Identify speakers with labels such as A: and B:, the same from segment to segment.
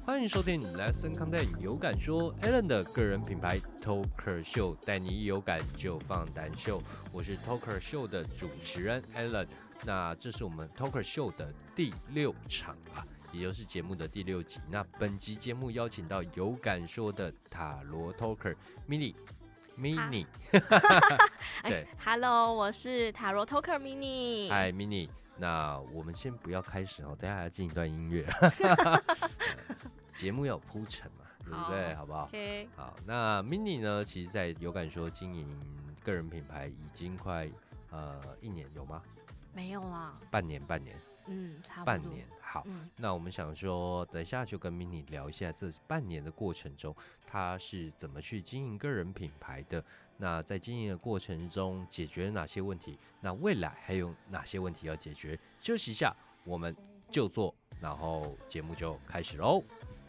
A: 欢迎收听 Lesson Content 有感说 Alan 的个人品牌 Talker Show， 带你一有感就放胆秀。我是 Talker Show 的主持人 Alan。那这是我们 Talker Show 的第6场啊，也就是节目的第6集。那本集节目邀请到有感说的塔罗 Talker Mini。
B: 对，Hello， 我是塔罗 Talker Mini。
A: 嗨 Mini， 那我们先不要开始哦，等一下要进一段音乐。节目要有铺陈嘛，对不对？好不好？
B: Okay.
A: 好，那 Mini 呢？其实，在有感说经营个人品牌已经快1年有吗？
B: 没有啦，
A: 半年，
B: 差不多
A: 半年。好，那我们想说，等一下就跟 Mini 聊一下这半年的过程中，他是怎么去经营个人品牌的？那在经营的过程中解决了哪些问题？那未来还有哪些问题要解决？休息一下，我们就做，然后节目就开始喽。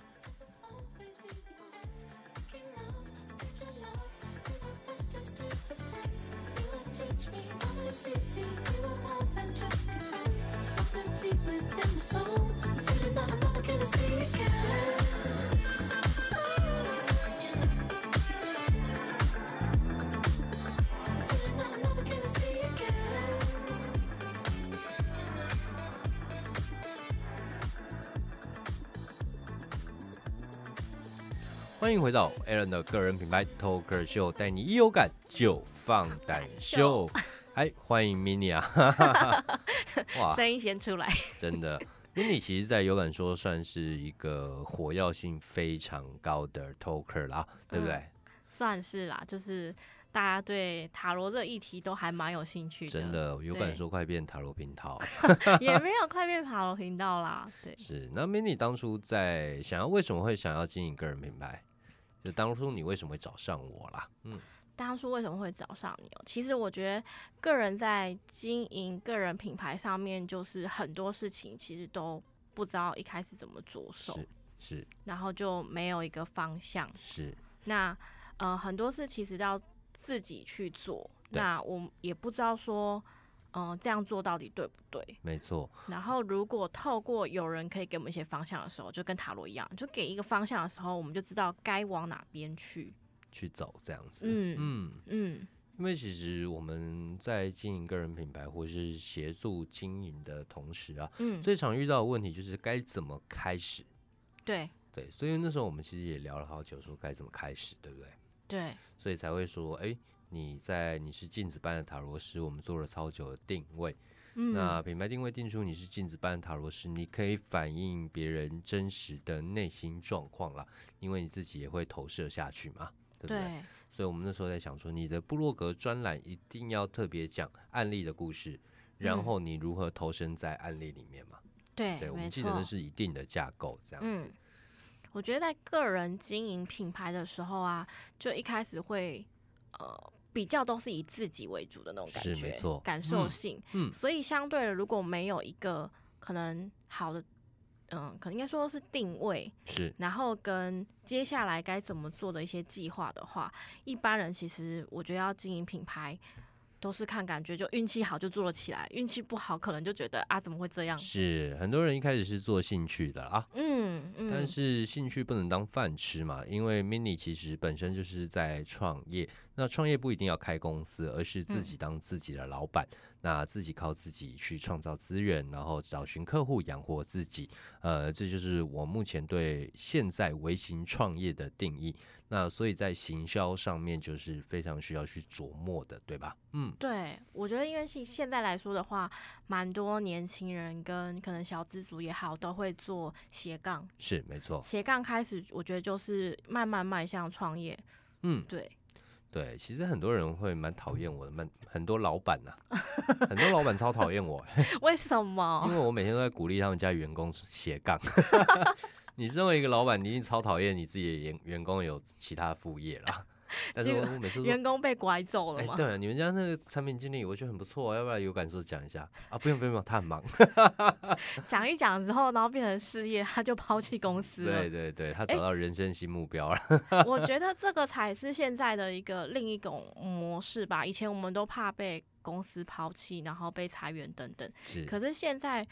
A: 欢迎回到 Alan 的个人品牌 Talker Show， 带你一有感就放胆秀。哎，欢迎 Mini 啊！
B: 哇，声音先出来，
A: 真的。Mini 其实，在有感说算是一个火药性非常高的 Talker 啦，对不对？
B: 算是啦，就是大家对塔罗这个议题都还蛮有兴趣的。
A: 真的，有感说快变塔罗频道，
B: 也没有快变塔罗频道啦。对，
A: 是。那 Mini 当初在为什么会想要经营个人品牌？就当初你为什么会找上我啦？
B: 当初为什么会找上你？其实我觉得个人在经营个人品牌上面，就是很多事情其实都不知道一开始怎么着手，
A: 是，
B: 然后就没有一个方向。
A: 是，
B: 那很多事其实要自己去做，那我也不知道说。这样做到底对不对？
A: 没错。
B: 然后如果透过有人可以给我们一些方向的时候，就跟塔罗一样，就给一个方向的时候，我们就知道该往哪边去走，
A: 这样子。因为其实我们在经营个人品牌或是协助经营的同时啊，最常遇到的问题就是该怎么开始。对，所以那时候我们其实也聊了好久，说该怎么开始，对不对？
B: 对，
A: 所以才会说，你是镜子般的塔罗师，我们做了超久的定位。那品牌定位定出你是镜子般的塔罗师，你可以反映别人真实的内心状况啦，因为你自己也会投射下去嘛，对不对？所以我们那时候在想说，你的部落格专栏一定要特别讲案例的故事，然后你如何投身在案例里面嘛？对，我们记得那是一定的架构，这样子。
B: 我觉得在个人经营品牌的时候啊，就一开始会比较都是以自己为主的那种感觉，
A: 是没错，
B: 感受性。所以相对的，如果没有一个可能好的，可能应该说是定位，
A: 是，
B: 然后跟接下来该怎么做的一些计划的话，一般人其实我觉得要经营品牌。都是看感觉，就运气好就做了起来，运气不好可能就觉得啊怎么会这样？
A: 是很多人一开始是做兴趣的啊，但是兴趣不能当饭吃嘛，因为 Mini 其实本身就是在创业，那创业不一定要开公司，而是自己当自己的老板，那自己靠自己去创造资源，然后找寻客户养活自己，这就是我目前对现在微型创业的定义。那所以在行销上面就是非常需要去琢磨的，对吧？
B: 对，我觉得因为现在来说的话，蛮多年轻人跟可能小资族也好，都会做斜杠，
A: 是没错。
B: 斜杠开始，我觉得就是慢慢迈向创业。
A: 对，其实很多人会蛮讨厌我的，很多老板很多老板超讨厌我。
B: 为什么？
A: 因为我每天都在鼓励他们家员工斜杠。你身为一个老板，你一定超讨厌你自己的员工有其他副业啦。但是我每次说
B: 员工被拐走了吗？
A: 对，你们家那个产品经理我觉得很不错，要不然有感受讲一下啊？不用，他很忙。
B: 讲一讲之后，然后变成事业，他就抛弃公司了。
A: 对，他找到人生新目标了。
B: 我觉得这个才是现在的另一种模式吧。以前我们都怕被公司抛弃，然后被裁员等等。可是现在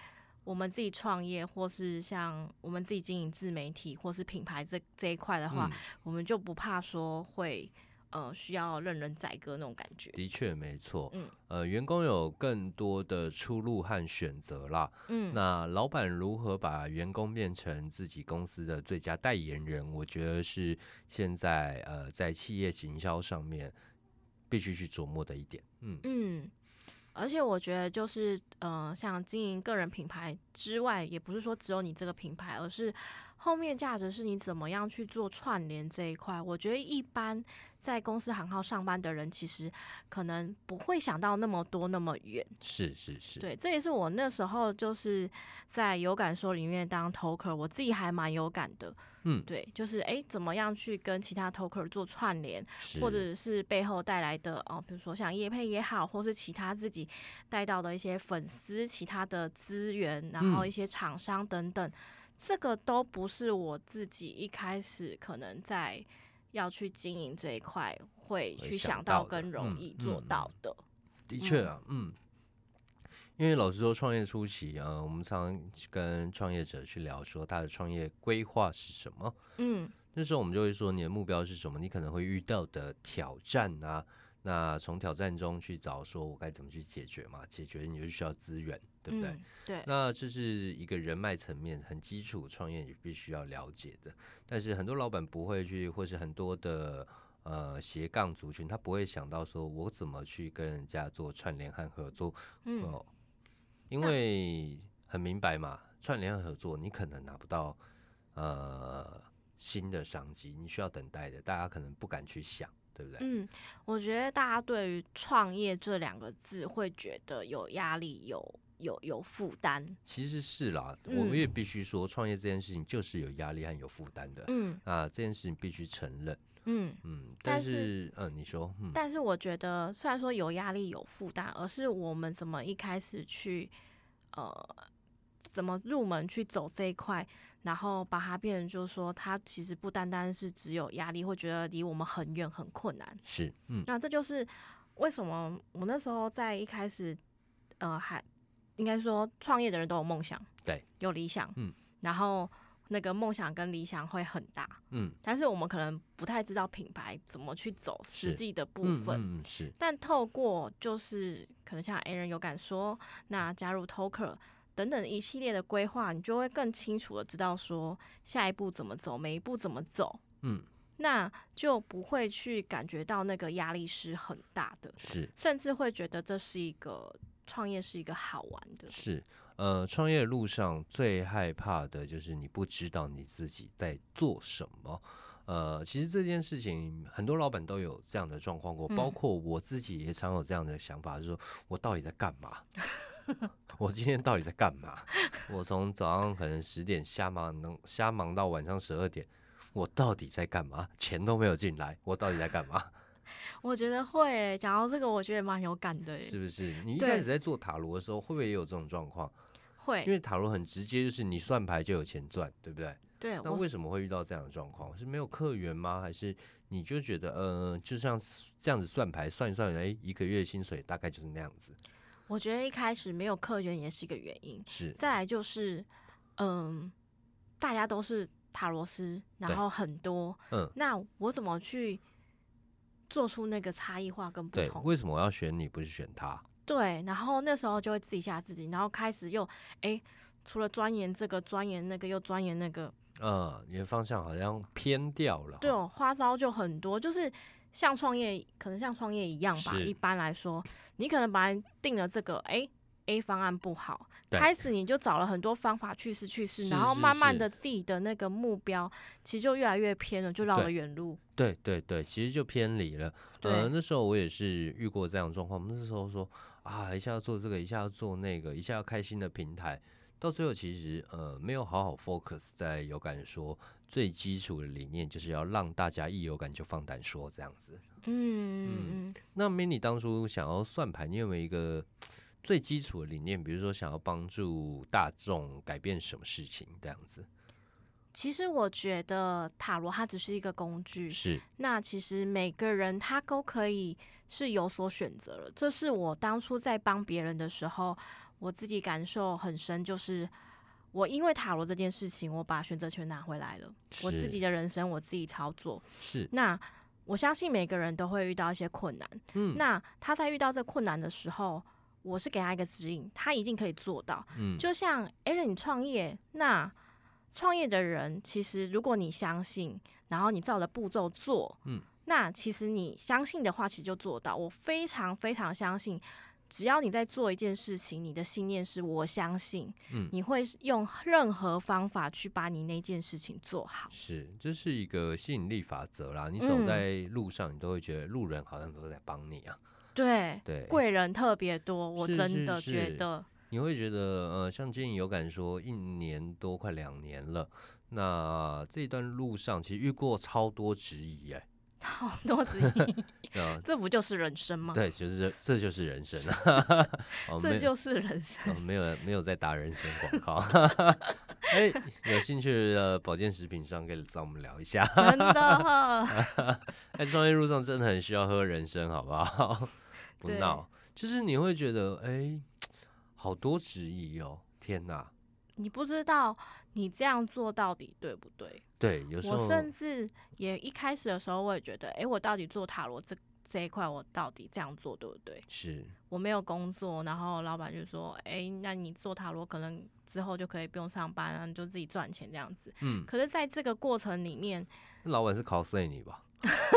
B: 我们自己创业，或是像我们自己经营自媒体，或是品牌这一块的话，我们就不怕说会需要任人宰割那种感觉。
A: 的确没错，员工有更多的出路和选择啦。那老板如何把员工变成自己公司的最佳代言人，我觉得是现在在企业行销上面必须去琢磨的一点。
B: 而且我觉得就是像经营个人品牌之外，也不是说只有你这个品牌，而是后面价值是你怎么样去做串联这一块。我觉得一般在公司行号上班的人，其实可能不会想到那么多那么远。
A: 是，
B: 对，这也是我那时候就是在有感说里面当 talker， 我自己还蛮有感的。对，就是怎么样去跟其他 talker 做串联，或者是背后带来的比如说像业配也好，或是其他自己带到的一些粉丝、其他的资源，然后一些厂商等等，这个都不是我自己一开始可能在要去经营这一块会去想到跟容易做到的。
A: 的确啊，因为老实说，创业初期我们常常跟创业者去聊说他的创业规划是什么。那时候我们就会说你的目标是什么，你可能会遇到的挑战啊，那从挑战中去找说我该怎么去解决嘛，解决你就需要资源，对不对？
B: 对。
A: 那这是一个人脉层面很基础创业你必须要了解的，但是很多老板不会去，或是很多的斜杠族群，他不会想到说我怎么去跟人家做串联和合作。因为很明白嘛，串联和合作你可能拿不到新的商机，你需要等待的，大家可能不敢去想，对不对？
B: 我觉得大家对于创业这2个字会觉得有压力，有负担。
A: 其实是啦，我也必须说，创业这件事情就是有压力和有负担的。这件事情必须承认。但是你说，
B: 但是我觉得虽然说有压力有负担，而是我们怎么一开始去怎么入门去走这一块，然后把它变成就是说它其实不单单是只有压力，会觉得离我们很远很困难。
A: 是，
B: 那这就是为什么我那时候在一开始还应该说创业的人都有梦想，
A: 对，
B: 有理想，然后那个梦想跟理想会很大，但是我们可能不太知道品牌怎么去走实际的部分，
A: 是。
B: 但透过就是可能像 Aaron 有敢说，那加入 Talker 等等一系列的规划，你就会更清楚的知道说下一步怎么走，每一步怎么走，那就不会去感觉到那个压力是很大的，
A: 是，
B: 甚至会觉得这是一个创业是一个好玩的，
A: 是。创业路上最害怕的就是你不知道你自己在做什么。其实这件事情很多老板都有这样的状况过，包括我自己也常有这样的想法，就是说我到底在干嘛？我今天到底在干嘛？我从早上可能10点瞎忙到晚上12点，我到底在干嘛？钱都没有进来，我到底在干嘛？
B: 我觉得会讲到这个，我觉得蛮有感的，
A: 是不是？你一开始在做塔罗的时候，会不会也有这种状况？
B: 会，
A: 因为塔罗很直接，就是你算牌就有钱赚，对不对？
B: 对。
A: 那为什么会遇到这样的状况？是没有客源吗？还是你就觉得就像这样子算牌算一算，一个月薪水大概就是那样子？
B: 我觉得一开始没有客源也是一个原因。
A: 是。
B: 再来就是，大家都是塔罗师，然后很多，那我怎么去做出那个差异化跟不同？
A: 对，为什么我要选你，不是选他？
B: 对，然后那时候就会自己吓自己，然后开始又除了钻研这个钻研那个又钻研那个，
A: 你的方向好像偏掉了。
B: 对哦，花招就很多，就是像创业，可能像创业一样吧。一般来说，你可能本来定了这个A 方案不好，开始你就找了很多方法去试，然后慢慢的自己的那个目标其实就越来越偏了，就绕了远路。
A: 对，其实就偏离了。那时候我也是遇过这样的状况，我们那时候说一下要做这个，一下要做那个，一下要开新的平台，到最后其实没有好好 focus 在有感说最基础的理念，就是要让大家一有感就放胆说这样子。那 Mini 当初想要算牌，你有没有一个最基础的理念？比如说想要帮助大众改变什么事情这样子？
B: 其实我觉得塔罗它只是一个工具，
A: 是。
B: 那其实每个人他都可以是有所选择了。这是我当初在帮别人的时候， 我自己感受很深，就是我因为塔罗这件事情，我把选择权拿回来了，我自己的人生我自己操作。
A: 是，
B: 那我相信每个人都会遇到一些困难，那他在遇到这困难的时候，我是给他一个指引，他一定可以做到。就像 Alan 你创业，那创业的人其实如果你相信，然后你照着步骤做，那其实你相信的话，其实就做到。我非常非常相信，只要你在做一件事情，你的信念是我相信，你会用任何方法去把你那件事情做好。
A: 是，这是一个吸引力法则啦。你走在路上，你都会觉得路人好像都在帮你啊。
B: 对，贵人特别多，我
A: 是
B: 真的觉得。
A: 你会觉得，像今天有感说1年多快2年了，那这一段路上其实遇过超多质疑
B: 好多质疑，这不就是人生吗？
A: 对，这就是人生啊！
B: 这就是人生。
A: 没有在打人生广告。有兴趣的保健食品商可以找我们聊一下。
B: 真的，
A: 在创业路上真的很需要喝人参，好不好？不闹，就是你会觉得，好多质疑哦，天哪！
B: 你不知道你这样做到底对不对？
A: 对，有时候
B: 我甚至也一开始的时候，我也觉得，我到底做塔罗这一块，我到底这样做对不对？
A: 是
B: 我没有工作，然后老板就说，那你做塔罗可能之后就可以不用上班啊，你就自己赚钱这样子。可是在这个过程里面，
A: 老板是 cos 你吧？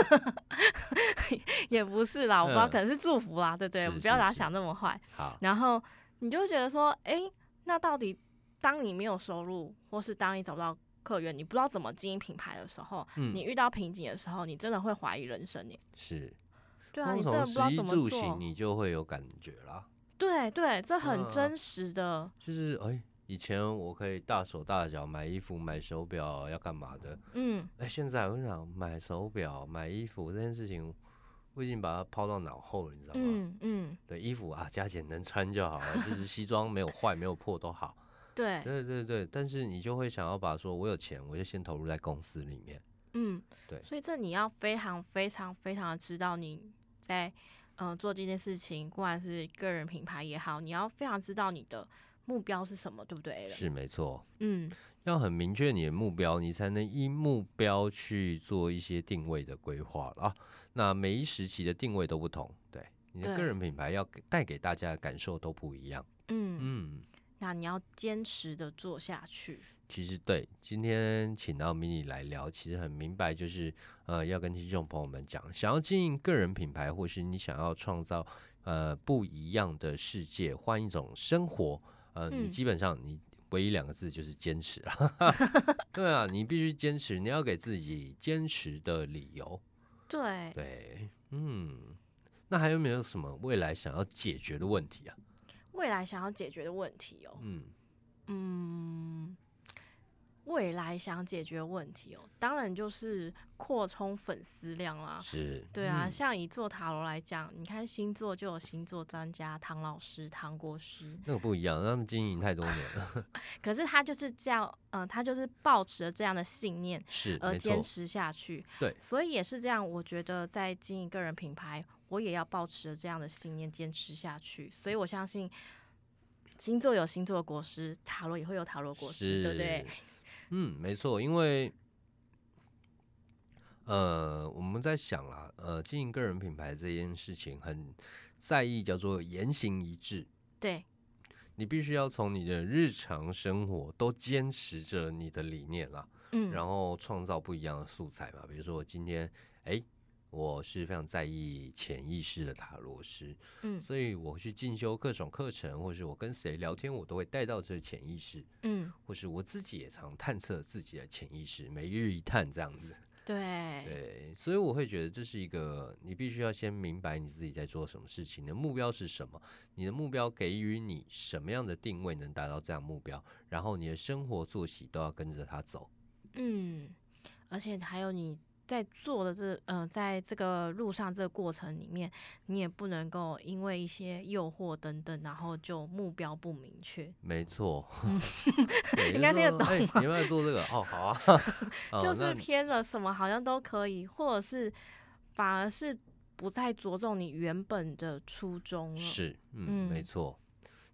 B: 也不是啦，我不知道，可能是祝福啦，对不对？不要把它想那么坏。
A: 好，
B: 然后你就会觉得说，那到底当你没有收入，或是当你找不到客源，你不知道怎么经营品牌的时候，你遇到瓶颈的时候，你真的会怀疑人生耶。
A: 是，
B: 对啊，你真的不知道怎么做，
A: 食衣住行你就会有感觉啦。
B: 对，这很真实的。
A: 就是以前我可以大手大脚买衣服、买手表，要干嘛的？现在我想买手表、买衣服这件事情，我已经把它抛到脑后了，你知道吗？对，衣服加减能穿就好了，就是西装没有坏、没有破都好。对，但是你就会想要把说，我有钱，我就先投入在公司里面。对，
B: 所以这你要非常非常非常的知道你在做这件事情，不管是个人品牌也好，你要非常知道你的目标是什么，对不对？
A: 是没错。要很明确你的目标，你才能依目标去做一些定位的规划了。那每一时期的定位都不同，对，你的个人品牌要带给大家的感受都不一样。
B: 那你要坚持的做下去。
A: 其实对，今天请到 Mini 来聊，其实很明白，就是要跟听众朋友们讲，想要经营个人品牌，或是你想要创造不一样的世界，换一种生活，你基本上你唯一2个字就是坚持啊。对啊，你必须坚持，你要给自己坚持的理由。对，那还有没有什么未来想要解决的问题啊？
B: 未来想要解决的问题哦，未来想解决问题哦，当然就是扩充粉丝量啦。
A: 是，
B: 对啊，像以做塔罗来讲，你看星座就有星座专家唐老师、唐国师，
A: 那个不一样，他们经营太多年了。
B: 可是他就是这样，他就是抱持了这样的信念，而坚持下去。
A: 对，
B: 所以也是这样。我觉得在经营个人品牌，我也要抱持了这样的信念，坚持下去。所以我相信，星座有星座的国师，塔罗也会有塔罗国师，对不对？
A: 没错，因为我们在想啦，经营个人品牌这件事情很在意叫做言行一致。
B: 对，
A: 你必须要从你的日常生活都坚持着你的理念啦，然后创造不一样的素材嘛。比如说我今天，我是非常在意潜意识的塔罗师，所以我去进修各种课程，或是我跟谁聊天，我都会带到这潜意识，或是我自己也常探测自己的潜意识，每日一探这样子。对，所以我会觉得这是一个你必须要先明白你自己在做什么事情，你的目标是什么，你的目标给予你什么样的定位能达到这样目标，然后你的生活作息都要跟着它走。
B: 而且还有你在做的在这个路上这个过程里面，你也不能够因为一些诱惑等等，然后就目标不明确。
A: 没错，
B: 应该听得懂吗？
A: 你有没有做这个？好啊，
B: 就是偏了什么好像都可以，或者是反而是不再着重你原本的初衷了。
A: 是，没错。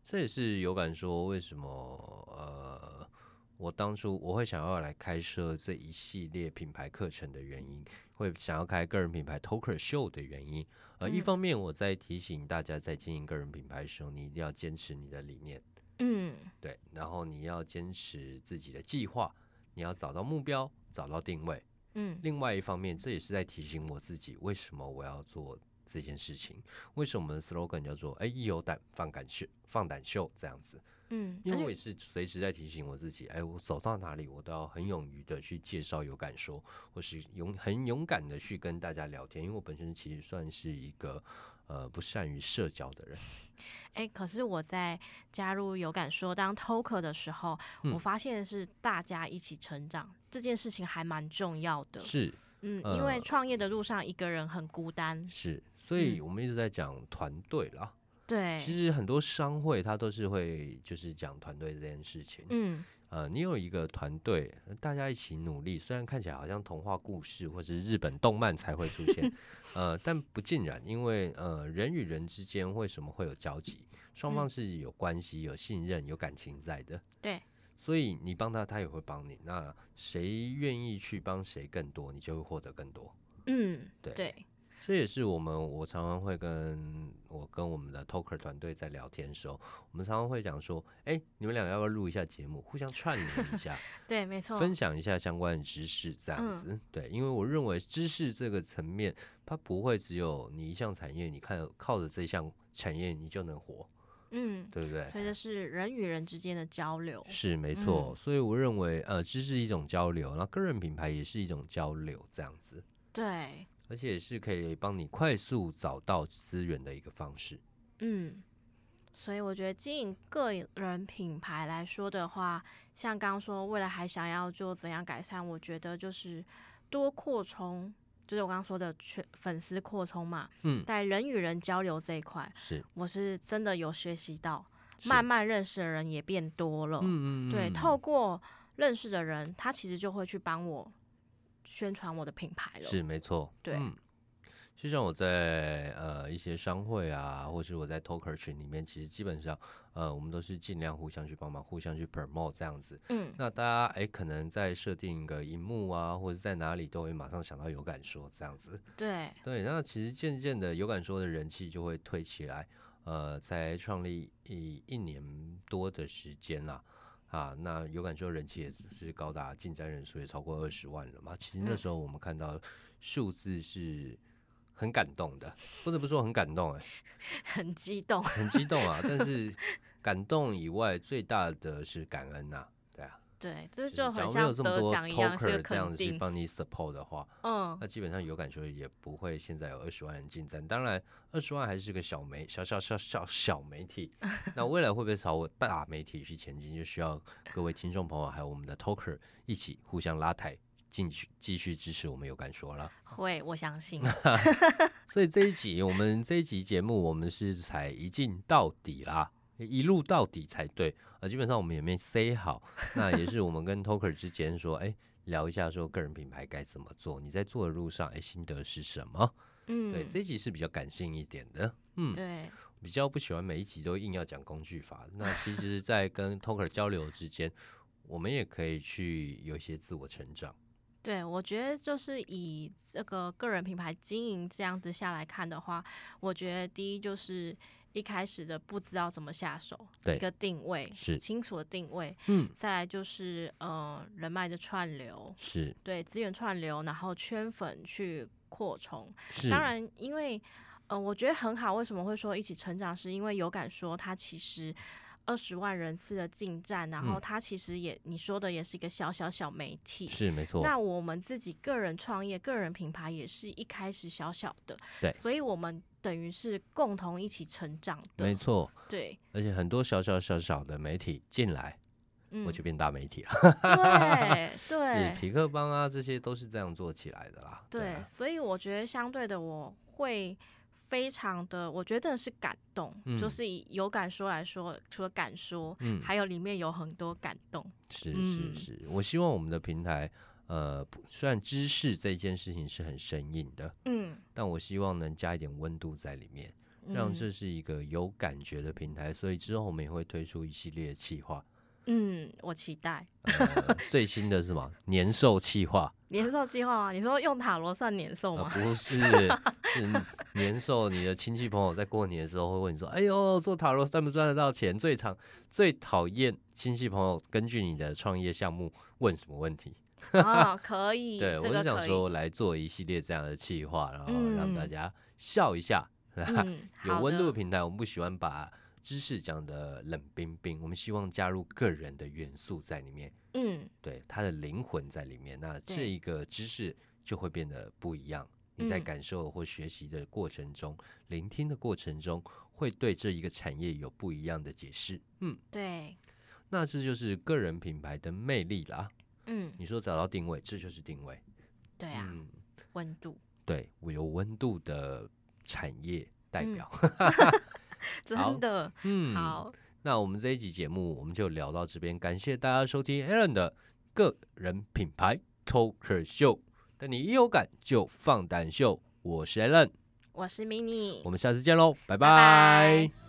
A: 这也是有感说为什么我当初我会想要来开设这一系列品牌课程的原因，会想要开个人品牌 Talker Show 的原因。一方面我在提醒大家，在经营个人品牌的时候，你一定要坚持你的理念，对，然后你要坚持自己的计划，你要找到目标，找到定位。另外一方面，这也是在提醒我自己，为什么我要做这件事情？为什么我们的 slogan 叫做一有胆放胆秀这样子？因为我也是随时在提醒我自己，我走到哪里，我都要很勇于的去介绍有感说，或是很勇敢的去跟大家聊天。因为我本身其实算是一个不善于社交的人。
B: 可是我在加入有感说当 Talker 的时候，我发现是大家一起成长，这件事情还蛮重要的。
A: 是，
B: 因为创业的路上一个人很孤单。
A: 是，所以我们一直在讲团队啦。
B: 对，
A: 其实很多商会它都是会就是讲团队这件事情。你有一个团队，大家一起努力，虽然看起来好像童话故事或者是日本动漫才会出现，但不尽然，因为人与人之间为什么会有交集？双方是有关系、有信任、有感情在的。
B: 对，
A: 所以你帮他，他也会帮你。那谁愿意去帮谁更多，你就会获得更多。对。这也是我常常会跟我们的 Talker 团队在聊天的时候，我们常常会讲说，你们两个要不要录一下节目，互相串联一下，
B: 对，没错，
A: 分享一下相关的知识，这样子。对，因为我认为知识这个层面，它不会只有你一项产业，你靠着这项产业你就能活。对不对？
B: 所以这是人与人之间的交流，
A: 是没错。所以我认为，知识是一种交流，然后个人品牌也是一种交流，这样子。
B: 对。
A: 而且也是可以帮你快速找到资源的一个方式。
B: 所以我觉得经营个人品牌来说的话，像刚刚说未来还想要做怎样改善，我觉得就是多扩充，就是我刚刚说的粉丝扩充嘛。在人与人交流这一块，我是真的有学习到，慢慢认识的人也变多了。对，透过认识的人，他其实就会去帮我宣传我的品牌了。
A: 是没错。
B: 对。
A: 就像我在一些商会啊，或是我在 Talker 群里面，其实基本上我们都是尽量互相去帮忙，互相去 promote 这样子。那大家可能在设定一个荧幕啊，或者在哪里都会马上想到有感说这样子。对，那其实渐渐的有感说的人气就会推起来。才创立1年多的时间啦。那有感说人气也是高达进站人数也超过20万了嘛。其实那时候我们看到数字是很感动的，不得不说很感动。
B: 很激动，
A: 很激动啊！但是感动以外，最大的是感恩呐。
B: 对，这就
A: 很
B: 像
A: 得奖一样，
B: 是个
A: 这样子去帮你 support 的话，
B: 那
A: 基本上有感说也不会现在有20万人进站。当然，20万还是个小媒体。那未来会不会朝大媒体去前进，就需要各位听众朋友还有我们的 talker 一起互相拉抬，继续支持我们有感说了。
B: 会，我相信。
A: 所以我们这一集节目，我们是才一镜到底啦。一路到底才对。基本上我们也没 say 好。那也是我们跟 Talker 之间说，聊一下说个人品牌该怎么做，你在做的路上，心得是什么？对，这一集是比较感性一点的。
B: 对，
A: 比较不喜欢每一集都硬要讲工具法。那其实在跟 Talker 交流之间，我们也可以去有一些自我成长。
B: 对，我觉得就是以这个个人品牌经营这样子下来看的话，我觉得第一就是一开始的不知道怎么下手，一个定位是清楚的定位。再来就是人脉的串流，是对资源串流，然后圈粉去扩充。当然，因为我觉得很好，为什么会说一起成长，是因为有感说它其实20万人次的进站，然后它其实也你说的也是一个小媒体，是没错。那我们自己个人创业、个人品牌也是一开始小的，对，所以我们等于是共同一起成长的，没错。对，而且很多小的媒体进来，我就变大媒体了。对，是痞客邦啊，这些都是这样做起来的啦。对，所以我觉得相对的，我会非常的，我觉得是感动，就是以有感说来说，除了敢说，还有里面有很多感动。是，我希望我们的平台，虽然知识这件事情是很生硬的，但我希望能加一点温度在里面，
A: 让这是一个有感觉的平台，所以之后我们也会推出一系列的企划。
B: 我期待。
A: 最新的是什么？年兽企划。
B: 年兽计划吗？你说用塔罗算年兽吗？
A: 不是，是年兽。你的亲戚朋友在过年的时候会问你说：“哎呦，做塔罗赚不赚得到钱？”最讨厌亲戚朋友根据你的创业项目问什么问题。
B: 可以。
A: 对，我就想说来做一系列这样的企划，然后让大家笑一下。有温度的平台，我们不喜欢把知识讲的冷冰冰，我们希望加入个人的元素在里面。对，他的灵魂在里面，那这一个知识就会变得不一样。你在感受或学习的过程中，聆听的过程中，会对这一个产业有不一样的解释。
B: 对，
A: 那这就是个人品牌的魅力啦。你说找到定位，这就是定位。
B: 对啊，温度，
A: 对，有温度的产业代表。
B: 真的，
A: 好。那我们这一集节目我们就聊到这边，感谢大家收听 Alan 的个人品牌 Talker 秀，但你一有感就放胆秀。我是 Alan，
B: 我是 Mini，
A: 我们下次见喽，拜
B: 拜拜。